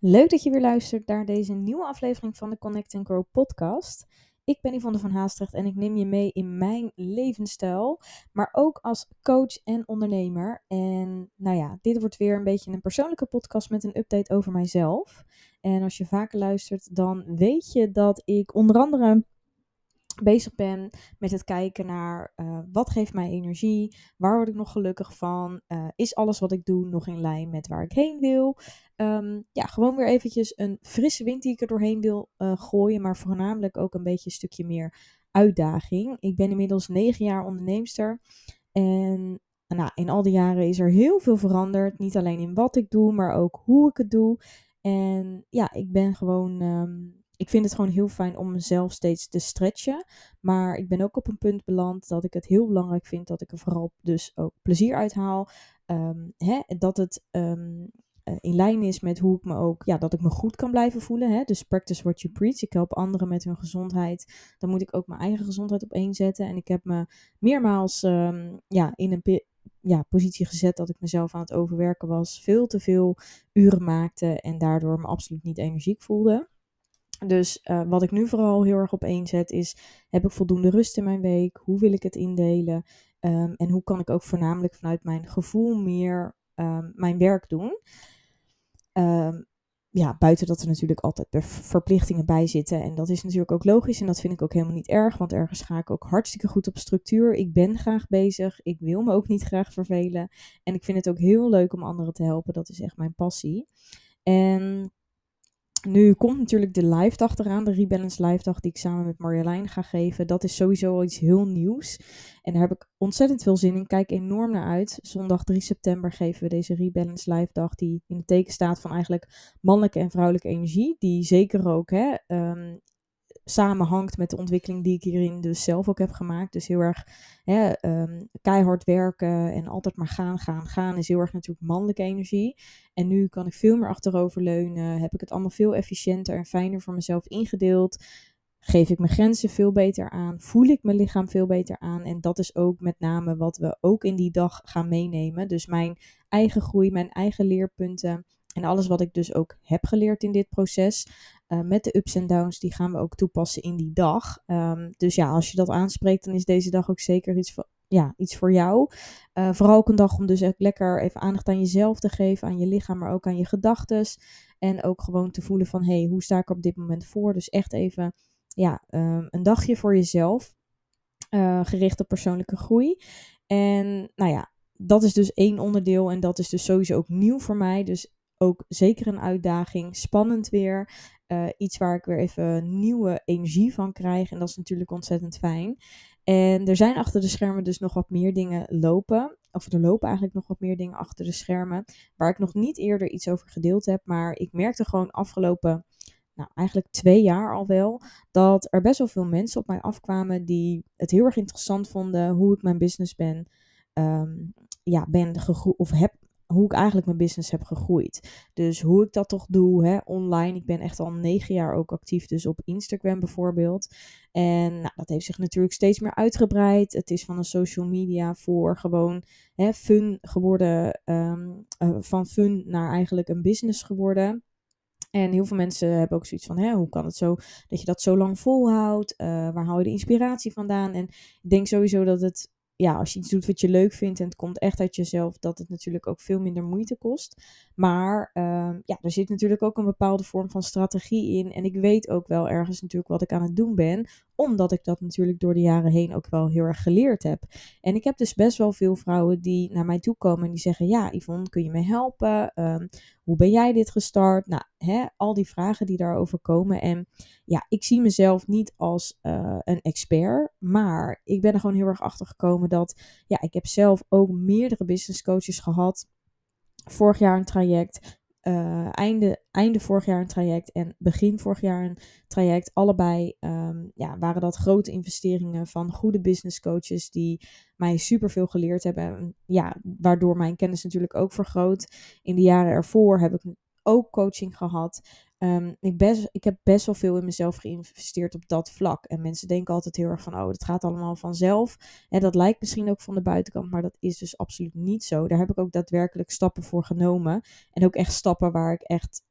Leuk dat je weer luistert naar deze nieuwe aflevering van de Connect and Grow podcast. Ik ben Yvonne van Haastrecht en ik neem je mee in mijn levensstijl, maar ook als coach en ondernemer. En dit wordt weer een beetje een persoonlijke podcast met een update over mijzelf. En als je vaker luistert, dan weet je dat ik onder andere bezig ben met het kijken naar wat geeft mij energie, waar word ik nog gelukkig van, is alles wat ik doe nog in lijn met waar ik heen wil. Gewoon weer eventjes een frisse wind die ik er doorheen wil gooien, maar voornamelijk ook een beetje een stukje meer uitdaging. Ik ben inmiddels 9 jaar onderneemster en in al die jaren is er heel veel veranderd, niet alleen in wat ik doe, maar ook hoe ik het doe. En ja, ik vind het gewoon heel fijn om mezelf steeds te stretchen. Maar ik ben ook op een punt beland dat ik het heel belangrijk vind dat ik er vooral dus ook plezier uit haal. Dat het in lijn is met hoe ik me ook, dat ik me goed kan blijven voelen. Hè? Dus practice what you preach. Ik help anderen met hun gezondheid. Dan moet ik ook mijn eigen gezondheid op één zetten. En ik heb me meermaals in een positie gezet dat ik mezelf aan het overwerken was. Veel te veel uren maakte en daardoor me absoluut niet energiek voelde. Dus wat ik nu vooral heel erg op één zet is, heb ik voldoende rust in mijn week? Hoe wil ik het indelen? En hoe kan ik ook voornamelijk vanuit mijn gevoel meer mijn werk doen? Buiten dat er natuurlijk altijd verplichtingen bij zitten. En dat is natuurlijk ook logisch en dat vind ik ook helemaal niet erg. Want ergens ga ik ook hartstikke goed op structuur. Ik ben graag bezig. Ik wil me ook niet graag vervelen. En ik vind het ook heel leuk om anderen te helpen. Dat is echt mijn passie. En nu komt natuurlijk de live dag eraan, de Rebalance live dag die ik samen met Marjolein ga geven. Dat is sowieso al iets heel nieuws. En daar heb ik ontzettend veel zin in. Kijk enorm naar uit. Zondag 3 september geven we deze Rebalance live dag die in het teken staat van eigenlijk mannelijke en vrouwelijke energie. Die zeker ook samenhangt met de ontwikkeling die ik hierin dus zelf ook heb gemaakt. Dus heel erg keihard werken en altijd maar gaan is heel erg natuurlijk mannelijke energie. En nu kan ik veel meer achteroverleunen, heb ik het allemaal veel efficiënter en fijner voor mezelf ingedeeld. Geef ik mijn grenzen veel beter aan, voel ik mijn lichaam veel beter aan. En dat is ook met name wat we ook in die dag gaan meenemen. Dus mijn eigen groei, mijn eigen leerpunten en alles wat ik dus ook heb geleerd in dit proces. Met de ups en downs, die gaan we ook toepassen in die dag. Dus ja, als je dat aanspreekt, dan is deze dag ook zeker iets voor jou. Vooral ook een dag om dus echt lekker even aandacht aan jezelf te geven, aan je lichaam, maar ook aan je gedachtes. En ook gewoon te voelen van, hoe sta ik er op dit moment voor? Dus echt even, een dagje voor jezelf, gericht op persoonlijke groei. En dat is dus één onderdeel en dat is dus sowieso ook nieuw voor mij. Dus ook zeker een uitdaging, spannend weer. Iets waar ik weer even nieuwe energie van krijg. En dat is natuurlijk ontzettend fijn. En er zijn achter de schermen dus nog wat meer dingen lopen. Of er lopen eigenlijk nog wat meer dingen achter de schermen. Waar ik nog niet eerder iets over gedeeld heb. Maar ik merkte gewoon afgelopen, eigenlijk 2 jaar al wel, dat er best wel veel mensen op mij afkwamen die het heel erg interessant vonden hoe ik mijn business hoe ik eigenlijk mijn business heb gegroeid. Dus hoe ik dat toch doe, online. Ik ben echt al 9 jaar ook actief, dus op Instagram bijvoorbeeld. En dat heeft zich natuurlijk steeds meer uitgebreid. Het is van een social media voor gewoon fun geworden, van fun naar eigenlijk een business geworden. En heel veel mensen hebben ook zoiets van, hoe kan het zo dat je dat zo lang volhoudt? Waar haal je de inspiratie vandaan? En ik denk sowieso dat het, als je iets doet wat je leuk vindt en het komt echt uit jezelf, dat het natuurlijk ook veel minder moeite kost. Maar er zit natuurlijk ook een bepaalde vorm van strategie in. En ik weet ook wel ergens natuurlijk wat ik aan het doen ben, omdat ik dat natuurlijk door de jaren heen ook wel heel erg geleerd heb. En ik heb dus best wel veel vrouwen die naar mij toe komen en die zeggen, ja Yvonne, kun je me helpen? Hoe ben jij dit gestart? Al die vragen die daarover komen. En ik zie mezelf niet als een expert, maar ik ben er gewoon heel erg achter gekomen dat, ik heb zelf ook meerdere business coaches gehad. Vorig jaar een traject, einde vorig jaar een traject en begin vorig jaar een traject. Allebei waren dat grote investeringen van goede business coaches die mij superveel geleerd hebben. En, waardoor mijn kennis natuurlijk ook vergroot. In de jaren ervoor heb ik ook coaching gehad. ik heb best wel veel in mezelf geïnvesteerd op dat vlak. En mensen denken altijd heel erg van, oh, het gaat allemaal vanzelf. En dat lijkt misschien ook van de buitenkant, maar dat is dus absoluut niet zo. Daar heb ik ook daadwerkelijk stappen voor genomen. En ook echt stappen waar ik echt,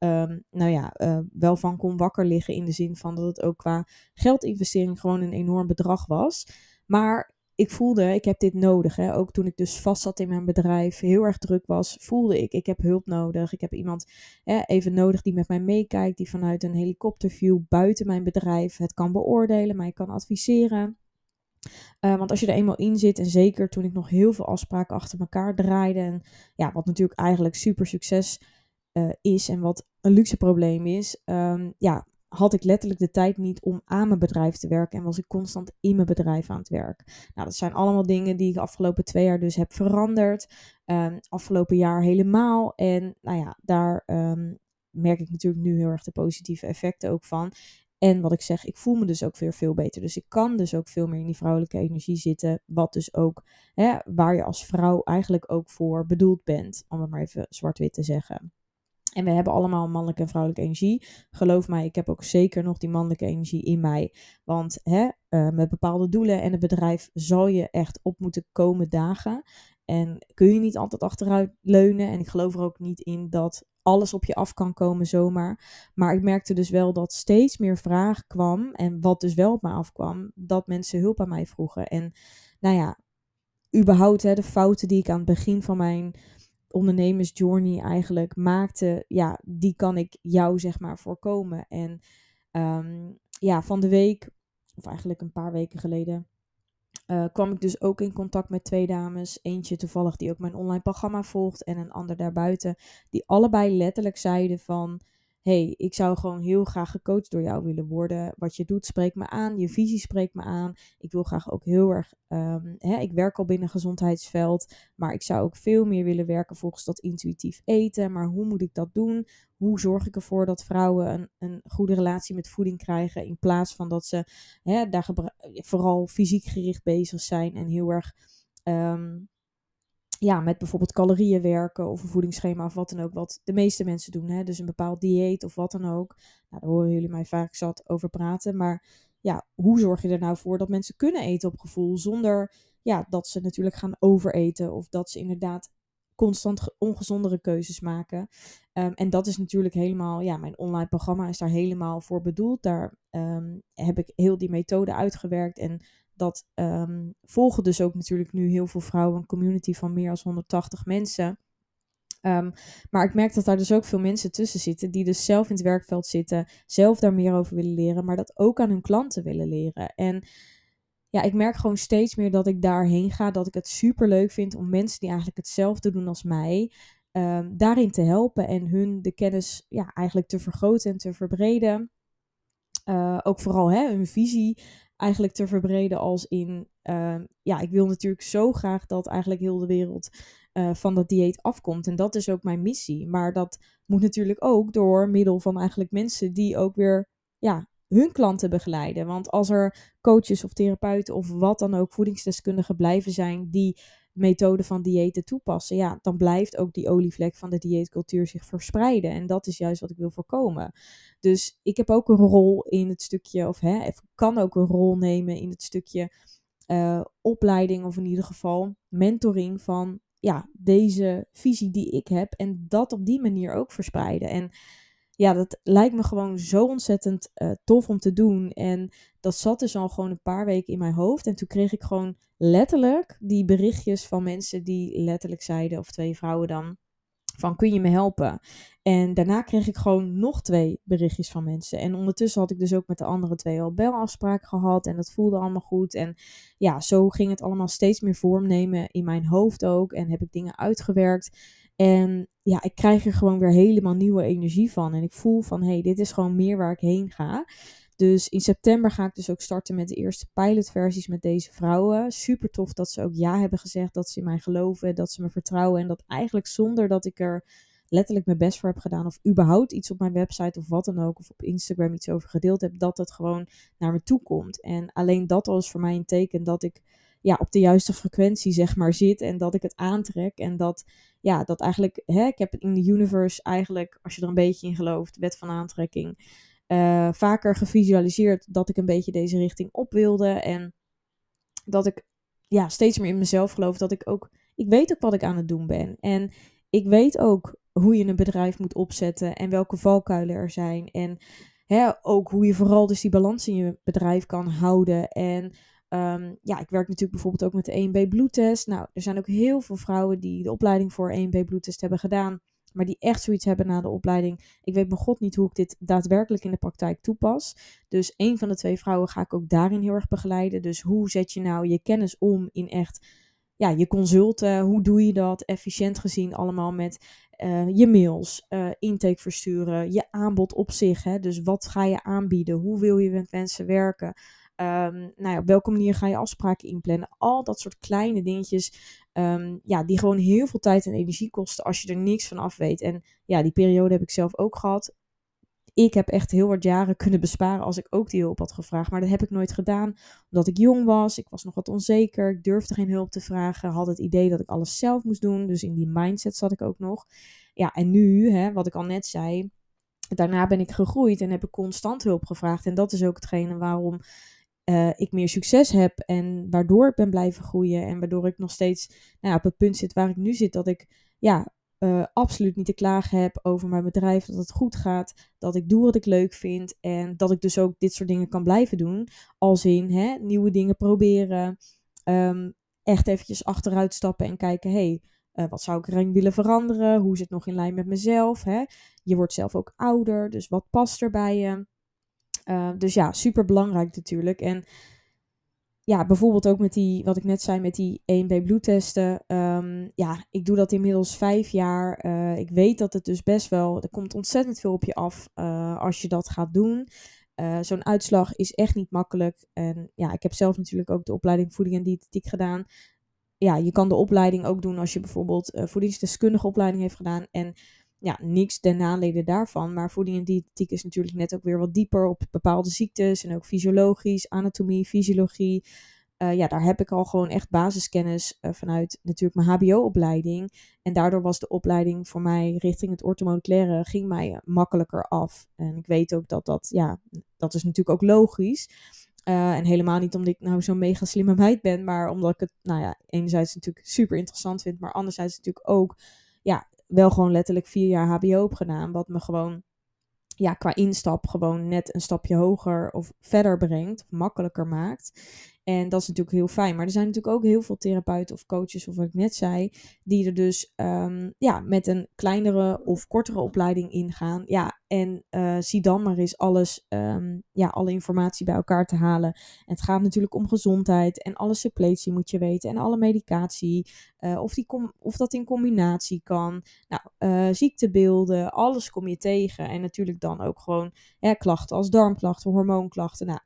wel van kon wakker liggen. In de zin van dat het ook qua geldinvestering gewoon een enorm bedrag was. Maar ik voelde, ik heb dit nodig. Hè. Ook toen ik dus vast zat in mijn bedrijf, heel erg druk was, voelde ik heb hulp nodig. Ik heb iemand even nodig die met mij meekijkt, die vanuit een helikopterview buiten mijn bedrijf het kan beoordelen, mij kan adviseren. Want als je er eenmaal in zit, en zeker toen ik nog heel veel afspraken achter elkaar draaide, en ja, wat natuurlijk eigenlijk super succes is en wat een luxe probleem is, had ik letterlijk de tijd niet om aan mijn bedrijf te werken en was ik constant in mijn bedrijf aan het werk. Nou, dat zijn allemaal dingen die ik de afgelopen 2 jaar dus heb veranderd. Afgelopen jaar helemaal. En nou ja, daar merk ik natuurlijk nu heel erg de positieve effecten ook van. En wat ik zeg, ik voel me dus ook weer veel beter. Dus ik kan dus ook veel meer in die vrouwelijke energie zitten. Wat dus ook, waar je als vrouw eigenlijk ook voor bedoeld bent. Om het maar even zwart-wit te zeggen. En we hebben allemaal mannelijke en vrouwelijke energie. Geloof mij, ik heb ook zeker nog die mannelijke energie in mij. Want met bepaalde doelen en het bedrijf zal je echt op moeten komen dagen. En kun je niet altijd achteruit leunen. En ik geloof er ook niet in dat alles op je af kan komen zomaar. Maar ik merkte dus wel dat steeds meer vraag kwam. En wat dus wel op mij afkwam, dat mensen hulp aan mij vroegen. En nou ja, überhaupt de fouten die ik aan het begin van mijn ondernemersjourney eigenlijk maakte, ja, die kan ik jou zeg maar voorkomen. En van de week, of eigenlijk een paar weken geleden, kwam ik dus ook in contact met 2 dames. Eentje toevallig die ook mijn online programma volgt en een ander daarbuiten. Die allebei letterlijk zeiden van, hey, ik zou gewoon heel graag gecoacht door jou willen worden. Wat je doet spreekt me aan, je visie spreekt me aan. Ik wil graag ook heel erg, ik werk al binnen gezondheidsveld. Maar ik zou ook veel meer willen werken volgens dat intuïtief eten. Maar hoe moet ik dat doen? Hoe zorg ik ervoor dat vrouwen een goede relatie met voeding krijgen, in plaats van dat ze daar vooral fysiek gericht bezig zijn en heel erg met bijvoorbeeld calorieën werken of een voedingsschema of wat dan ook, wat de meeste mensen doen. Hè? Dus een bepaald dieet of wat dan ook. Nou, daar horen jullie mij vaak zat over praten. Maar ja, hoe zorg je er nou voor dat mensen kunnen eten op gevoel, zonder dat ze natuurlijk gaan overeten of dat ze inderdaad constant ongezondere keuzes maken. En dat is natuurlijk helemaal, mijn online programma is daar helemaal voor bedoeld. Daar heb ik heel die methode uitgewerkt en dat volgen dus ook natuurlijk nu heel veel vrouwen, een community van meer dan 180 mensen. Maar ik merk dat daar dus ook veel mensen tussen zitten die dus zelf in het werkveld zitten, zelf daar meer over willen leren, maar dat ook aan hun klanten willen leren. En ja, ik merk gewoon steeds meer dat ik daarheen ga, dat ik het super leuk vind om mensen die eigenlijk hetzelfde doen als mij, daarin te helpen en hun de kennis eigenlijk te vergroten en te verbreden. Ook vooral hun visie eigenlijk te verbreden als in, ik wil natuurlijk zo graag dat eigenlijk heel de wereld van dat dieet afkomt. En dat is ook mijn missie. Maar dat moet natuurlijk ook door middel van eigenlijk mensen die ook weer, hun klanten begeleiden. Want als er coaches of therapeuten of wat dan ook, voedingsdeskundigen blijven zijn die methode van diëten toepassen, dan blijft ook die olievlek van de dieetcultuur zich verspreiden. En dat is juist wat ik wil voorkomen. Dus ik heb ook een rol in het stukje, of kan ook een rol nemen in het stukje opleiding, of in ieder geval mentoring van deze visie die ik heb. En dat op die manier ook verspreiden. En dat lijkt me gewoon zo ontzettend tof om te doen. En dat zat dus al gewoon een paar weken in mijn hoofd. En toen kreeg ik gewoon letterlijk die berichtjes van mensen die letterlijk zeiden, of 2 vrouwen dan, van kun je me helpen? En daarna kreeg ik gewoon nog 2 berichtjes van mensen. En ondertussen had ik dus ook met de andere 2 al belafspraak gehad. En dat voelde allemaal goed. En zo ging het allemaal steeds meer vorm nemen in mijn hoofd ook. En heb ik dingen uitgewerkt. En ik krijg er gewoon weer helemaal nieuwe energie van. En ik voel van, hey, dit is gewoon meer waar ik heen ga. Dus in september ga ik dus ook starten met de eerste pilotversies met deze vrouwen. Super tof dat ze ook ja hebben gezegd, dat ze in mij geloven, dat ze me vertrouwen. En dat eigenlijk zonder dat ik er letterlijk mijn best voor heb gedaan, of überhaupt iets op mijn website of wat dan ook, of op Instagram iets over gedeeld heb, dat het gewoon naar me toe komt. En alleen dat al is voor mij een teken dat ik op de juiste frequentie zeg maar zit en dat ik het aantrek. En dat ja, dat eigenlijk, ik heb het in de universe eigenlijk, als je er een beetje in gelooft, wet van aantrekking, vaker gevisualiseerd dat ik een beetje deze richting op wilde. En dat ik steeds meer in mezelf geloof. Dat ik weet ook wat ik aan het doen ben. En ik weet ook hoe je een bedrijf moet opzetten en welke valkuilen er zijn. En ook hoe je vooral dus die balans in je bedrijf kan houden. En ik werk natuurlijk bijvoorbeeld ook met de 1B bloedtest. Nou, er zijn ook heel veel vrouwen die de opleiding voor 1B bloedtest hebben gedaan. Maar die echt zoiets hebben na de opleiding. Ik weet mijn god niet hoe ik dit daadwerkelijk in de praktijk toepas. Dus een van de 2 vrouwen ga ik ook daarin heel erg begeleiden. Dus hoe zet je nou je kennis om in echt je consulten? Hoe doe je dat efficiënt gezien allemaal met je mails, intake versturen, je aanbod op zich. Hè? Dus wat ga je aanbieden? Hoe wil je met mensen werken? Op welke manier ga je afspraken inplannen? Al dat soort kleine dingetjes die gewoon heel veel tijd en energie kosten als je er niks van af weet. En ja, die periode heb ik zelf ook gehad. Ik heb echt heel wat jaren kunnen besparen als ik ook die hulp had gevraagd. Maar dat heb ik nooit gedaan, omdat ik jong was. Ik was nog wat onzeker. Ik durfde geen hulp te vragen. Had het idee dat ik alles zelf moest doen. Dus in die mindset zat ik ook nog. Ja, en nu, wat ik al net zei, daarna ben ik gegroeid en heb ik constant hulp gevraagd. En dat is ook hetgene waarom ik meer succes heb en waardoor ik ben blijven groeien en waardoor ik nog steeds op het punt zit waar ik nu zit, dat ik absoluut niet te klagen heb over mijn bedrijf, dat het goed gaat, dat ik doe wat ik leuk vind en dat ik dus ook dit soort dingen kan blijven doen, als in nieuwe dingen proberen, echt eventjes achteruit stappen en kijken, wat zou ik erin willen veranderen, hoe is het nog in lijn met mezelf, je wordt zelf ook ouder, dus wat past er bij je? Dus ja, super belangrijk natuurlijk. En ja, bijvoorbeeld ook met die, wat ik net zei, met die 1B bloedtesten. Ik doe dat inmiddels 5 jaar. Ik weet dat het dus best wel, er komt ontzettend veel op je af als je dat gaat doen. Zo'n uitslag is echt niet makkelijk. En ja, ik heb zelf natuurlijk ook de opleiding voeding en diëtetiek gedaan. Ja, je kan de opleiding ook doen als je bijvoorbeeld voedingsdeskundige opleiding heeft gedaan. En ja, niks ten nadele daarvan. Maar voeding en diëtetiek is natuurlijk net ook weer wat dieper op bepaalde ziektes. En ook fysiologisch, anatomie, fysiologie. Daar heb ik al gewoon echt basiskennis vanuit natuurlijk mijn HBO-opleiding. En daardoor was de opleiding voor mij richting het orthomoleculaire ging mij makkelijker af. En ik weet ook dat is natuurlijk ook logisch. En helemaal niet omdat ik nou zo'n mega slimme meid ben, maar omdat ik het, enerzijds natuurlijk super interessant vind, maar anderzijds natuurlijk ook, wel gewoon letterlijk 4 jaar HBO heb gedaan, wat me gewoon, qua instap gewoon net een stapje hoger of verder brengt, of makkelijker maakt. En dat is natuurlijk heel fijn. Maar er zijn natuurlijk ook heel veel therapeuten of coaches, of wat ik net zei, die er dus met een kleinere of kortere opleiding ingaan. Ja, en zie dan maar eens alles, alle informatie bij elkaar te halen. En het gaat natuurlijk om gezondheid en alle suppletie moet je weten en alle medicatie. Of dat in combinatie kan. Nou, ziektebeelden, alles kom je tegen. En natuurlijk dan ook gewoon klachten als darmklachten, hormoonklachten. Nou,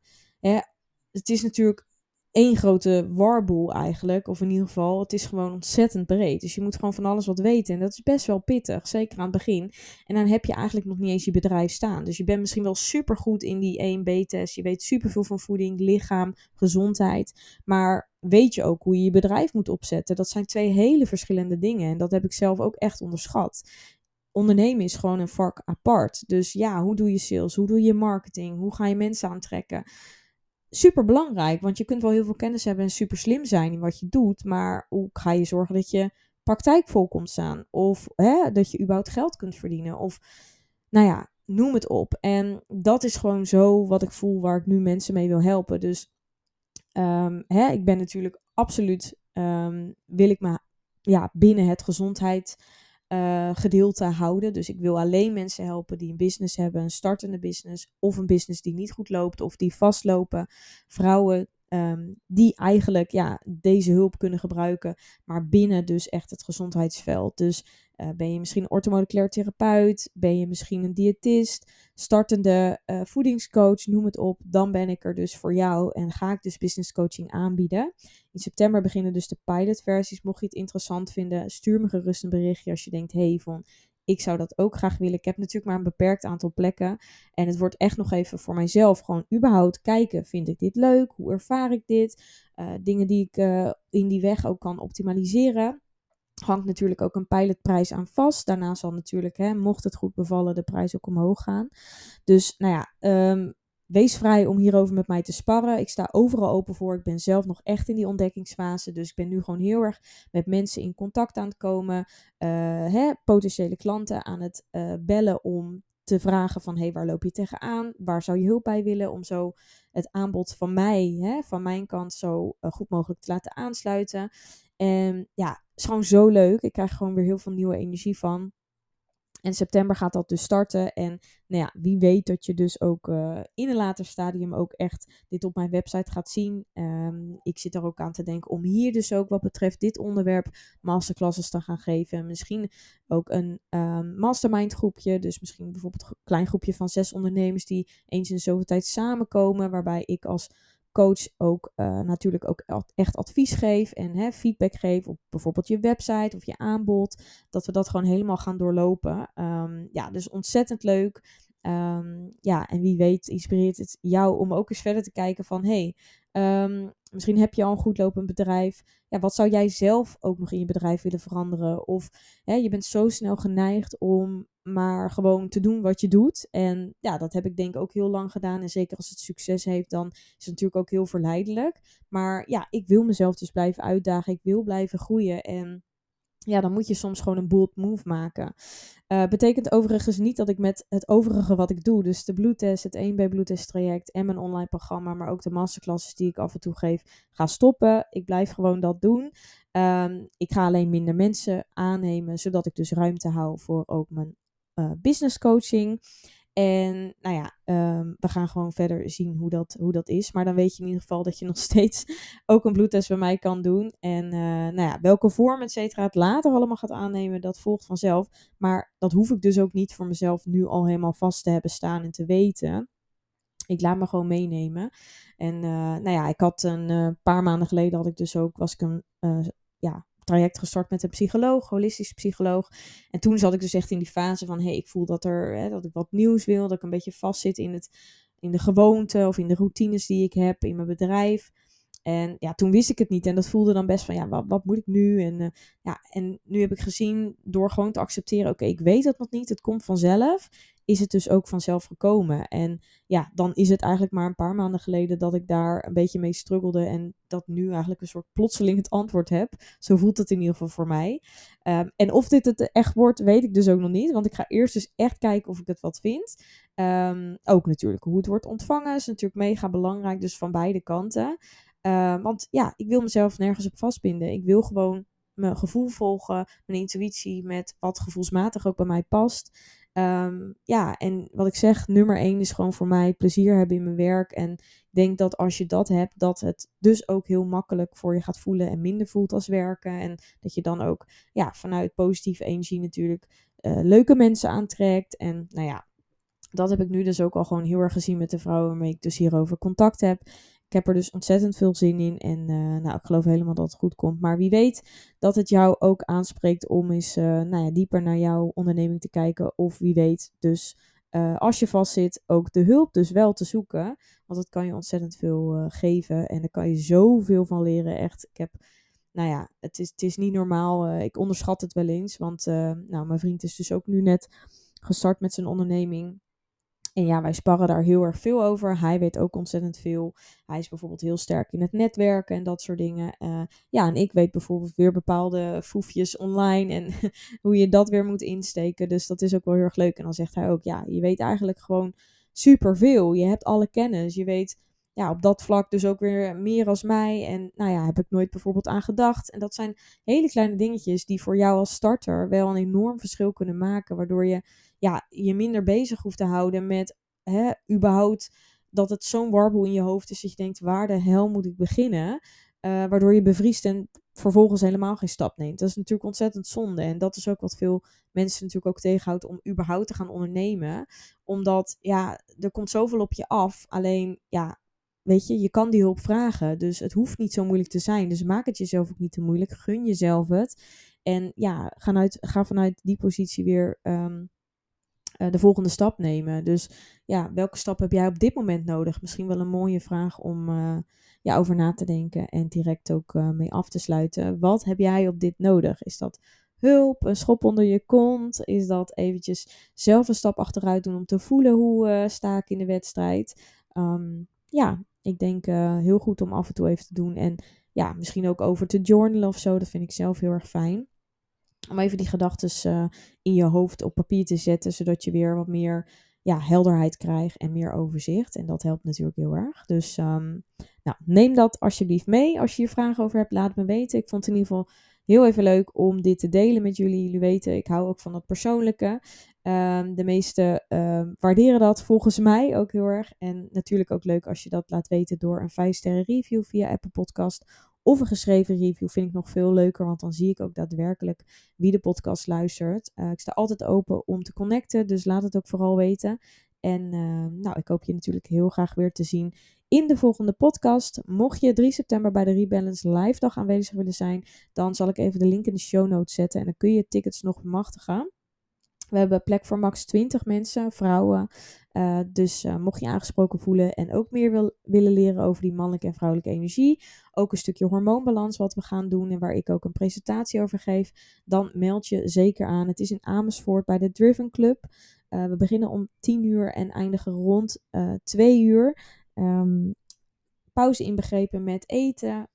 het is natuurlijk één grote warboel eigenlijk. Of in ieder geval, het is gewoon ontzettend breed. Dus je moet gewoon van alles wat weten. En dat is best wel pittig, zeker aan het begin. En dan heb je eigenlijk nog niet eens je bedrijf staan. Dus je bent misschien wel supergoed in die 1B-test. Je weet superveel van voeding, lichaam, gezondheid. Maar weet je ook hoe je je bedrijf moet opzetten? Dat zijn 2 hele verschillende dingen. En dat heb ik zelf ook echt onderschat. Ondernemen is gewoon een vak apart. Dus ja, hoe doe je sales? Hoe doe je marketing? Hoe ga je mensen aantrekken? Super belangrijk, want je kunt wel heel veel kennis hebben en super slim zijn in wat je doet, maar hoe ga je zorgen dat je praktijk vol komt staan? Of dat je überhaupt geld kunt verdienen? Of noem het op. En dat is gewoon zo wat ik voel waar ik nu mensen mee wil helpen. Dus ik ben natuurlijk absoluut, wil ik me binnen het gezondheid gedeelte houden. Dus ik wil alleen mensen helpen die een business hebben, een startende business of een business die niet goed loopt of die vastlopen. Vrouwen die eigenlijk deze hulp kunnen gebruiken, maar binnen dus echt het gezondheidsveld. Dus ben je misschien een orthomoleculair therapeut, ben je misschien een diëtist, startende voedingscoach, noem het op, dan ben ik er dus voor jou en ga ik dus business coaching aanbieden. In september beginnen dus de pilotversies. Mocht je het interessant vinden, stuur me gerust een berichtje als je denkt, ik zou dat ook graag willen. Ik heb natuurlijk maar een beperkt aantal plekken. En het wordt echt nog even voor mijzelf gewoon überhaupt kijken. Vind ik dit leuk? Hoe ervaar ik dit? Dingen die ik in die weg ook kan optimaliseren. hangt natuurlijk ook een pilotprijs aan vast. Daarna zal natuurlijk, mocht het goed bevallen, de prijs ook omhoog gaan. Dus nou ja, wees vrij om hierover met mij te sparren. Ik sta overal open voor. Ik ben zelf nog echt in die ontdekkingsfase. Dus ik ben nu gewoon heel erg met mensen in contact aan het komen. Potentiële klanten aan het bellen om te vragen van, hey, waar loop je tegenaan? Waar zou je hulp bij willen? Om zo het aanbod van mij, van mijn kant, zo goed mogelijk te laten aansluiten. En ja, het is gewoon zo leuk. Ik krijg gewoon weer heel veel nieuwe energie van. En september gaat dat dus starten. En nou ja, wie weet dat je dus ook in een later stadium ook echt dit op mijn website gaat zien. Ik zit er ook aan te denken om hier dus ook wat betreft dit onderwerp masterclasses te gaan geven. Misschien ook een mastermind groepje. Dus misschien bijvoorbeeld een klein groepje van 6 ondernemers die eens in de zoveel tijd samenkomen. Waarbij ik als coach ook natuurlijk ook echt advies geef en feedback geef op bijvoorbeeld je website of je aanbod. Dat we dat gewoon helemaal gaan doorlopen. Ja, dus ontzettend leuk. Ja, en wie weet inspireert het jou om ook eens verder te kijken van, misschien heb je al een goed lopend bedrijf. Ja, wat zou jij zelf ook nog in je bedrijf willen veranderen? Of je bent zo snel geneigd om maar gewoon te doen wat je doet. En ja, dat heb ik denk ik ook heel lang gedaan. En zeker als het succes heeft, dan is het natuurlijk ook heel verleidelijk. Maar ja, ik wil mezelf dus blijven uitdagen. Ik wil blijven groeien. En ja, dan moet je soms gewoon een bold move maken. Betekent overigens niet dat ik met het overige wat ik doe, dus de bloedtest, het 1B bloedtest traject en mijn online programma, maar ook de masterclasses die ik af en toe geef, ga stoppen. Ik blijf gewoon dat doen. Ik ga alleen minder mensen aannemen, zodat ik dus ruimte hou voor ook mijn business coaching. En nou ja, we gaan gewoon verder zien hoe dat is. Maar dan weet je in ieder geval dat je nog steeds ook een bloedtest bij mij kan doen. En nou ja, welke vorm et cetera het later allemaal gaat aannemen, dat volgt vanzelf. Maar dat hoef ik dus ook niet voor mezelf nu al helemaal vast te hebben staan en te weten. Ik laat me gewoon meenemen. En nou ja, ik had een paar maanden geleden was ik een traject gestart met een psycholoog, holistisch psycholoog. En toen zat ik dus echt in die fase van, ik voel dat ik wat nieuws wil, dat ik een beetje vastzit in de gewoonte of in de routines die ik heb in mijn bedrijf. En ja, toen wist ik het niet en dat voelde dan best van, ja, wat moet ik nu? En en nu heb ik gezien, door gewoon te accepteren, oké, ik weet het nog niet, het komt vanzelf, is het dus ook vanzelf gekomen. En ja, dan is het eigenlijk maar een paar maanden geleden dat ik daar een beetje mee struggelde en dat nu eigenlijk een soort plotseling het antwoord heb. Zo voelt het in ieder geval voor mij. En of dit het echt wordt, weet ik dus ook nog niet, want ik ga eerst dus echt kijken of ik het wat vind. Ook natuurlijk hoe het wordt ontvangen is natuurlijk mega belangrijk, dus van beide kanten. Want ja, ik wil mezelf nergens op vastbinden. Ik wil gewoon mijn gevoel volgen, mijn intuïtie met wat gevoelsmatig ook bij mij past. Ja, en wat ik zeg, nummer 1 is gewoon voor mij plezier hebben in mijn werk. En ik denk dat als je dat hebt, dat het dus ook heel makkelijk voor je gaat voelen en minder voelt als werken. En dat je dan ook vanuit positieve energie natuurlijk leuke mensen aantrekt. En nou ja, dat heb ik nu dus ook al gewoon heel erg gezien met de vrouwen waarmee ik dus hierover contact heb. Ik heb er dus ontzettend veel zin in en ik geloof helemaal dat het goed komt. Maar wie weet dat het jou ook aanspreekt om eens dieper naar jouw onderneming te kijken. Of wie weet dus als je vastzit ook de hulp dus wel te zoeken. Want dat kan je ontzettend veel geven en daar kan je zoveel van leren. Echt, het is niet normaal. Ik onderschat het wel eens, want mijn vriend is dus ook nu net gestart met zijn onderneming. En ja, wij sparren daar heel erg veel over. Hij weet ook ontzettend veel. Hij is bijvoorbeeld heel sterk in het netwerken en dat soort dingen. En ik weet bijvoorbeeld weer bepaalde foefjes online en hoe je dat weer moet insteken. Dus dat is ook wel heel erg leuk. En dan zegt hij ook, ja, je weet eigenlijk gewoon superveel. Je hebt alle kennis. Je weet op dat vlak dus ook weer meer als mij. En heb ik nooit bijvoorbeeld aan gedacht. En dat zijn hele kleine dingetjes die voor jou als starter wel een enorm verschil kunnen maken. Waardoor je je minder bezig hoeft te houden met überhaupt dat het zo'n warboel in je hoofd is dat je denkt, waar de hel moet ik beginnen? Waardoor je bevriest en vervolgens helemaal geen stap neemt. Dat is natuurlijk ontzettend zonde. En dat is ook wat veel mensen natuurlijk ook tegenhoudt om überhaupt te gaan ondernemen. Omdat, er komt zoveel op je af. Alleen, weet je kan die hulp vragen. Dus het hoeft niet zo moeilijk te zijn. Dus maak het jezelf ook niet te moeilijk. Gun jezelf het. En ga vanuit die positie weer de volgende stap nemen. Dus ja, welke stap heb jij op dit moment nodig? Misschien wel een mooie vraag om over na te denken en direct ook mee af te sluiten. Wat heb jij op dit nodig? Is dat hulp, een schop onder je kont? Is dat eventjes zelf een stap achteruit doen om te voelen hoe sta ik in de wedstrijd? Ik denk heel goed om af en toe even te doen. En ja, misschien ook over te journalen of zo. Dat vind ik zelf heel erg fijn. Om even die gedachten in je hoofd op papier te zetten, zodat je weer wat meer helderheid krijgt en meer overzicht. En dat helpt natuurlijk heel erg. Dus neem dat alsjeblieft mee. Als je hier vragen over hebt, laat het me weten. Ik vond het in ieder geval heel even leuk om dit te delen met jullie. Jullie weten, ik hou ook van dat persoonlijke. De meesten waarderen dat volgens mij ook heel erg. En natuurlijk ook leuk als je dat laat weten door een 5-sterren review via Apple Podcast. Of een geschreven review vind ik nog veel leuker, want dan zie ik ook daadwerkelijk wie de podcast luistert. Ik sta altijd open om te connecten, dus laat het ook vooral weten. En ik hoop je natuurlijk heel graag weer te zien in de volgende podcast. Mocht je 3 september bij de Rebalance Live dag aanwezig willen zijn, dan zal ik even de link in de show notes zetten en dan kun je tickets nog bemachtigen. We hebben plek voor max 20 mensen, vrouwen. Dus mocht je aangesproken voelen en ook meer willen leren over die mannelijke en vrouwelijke energie. Ook een stukje hormoonbalans wat we gaan doen en waar ik ook een presentatie over geef. Dan meld je zeker aan. Het is in Amersfoort bij de Driven Club. We beginnen om 10 uur en eindigen rond 2 uur. Pauze inbegrepen met eten.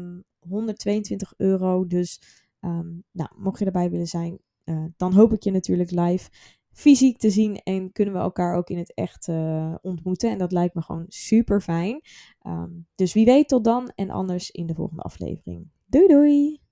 €122. Dus mocht je erbij willen zijn, dan hoop ik je natuurlijk live fysiek te zien en kunnen we elkaar ook in het echt ontmoeten. En dat lijkt me gewoon super fijn. Dus wie weet tot dan en anders in de volgende aflevering. Doei doei!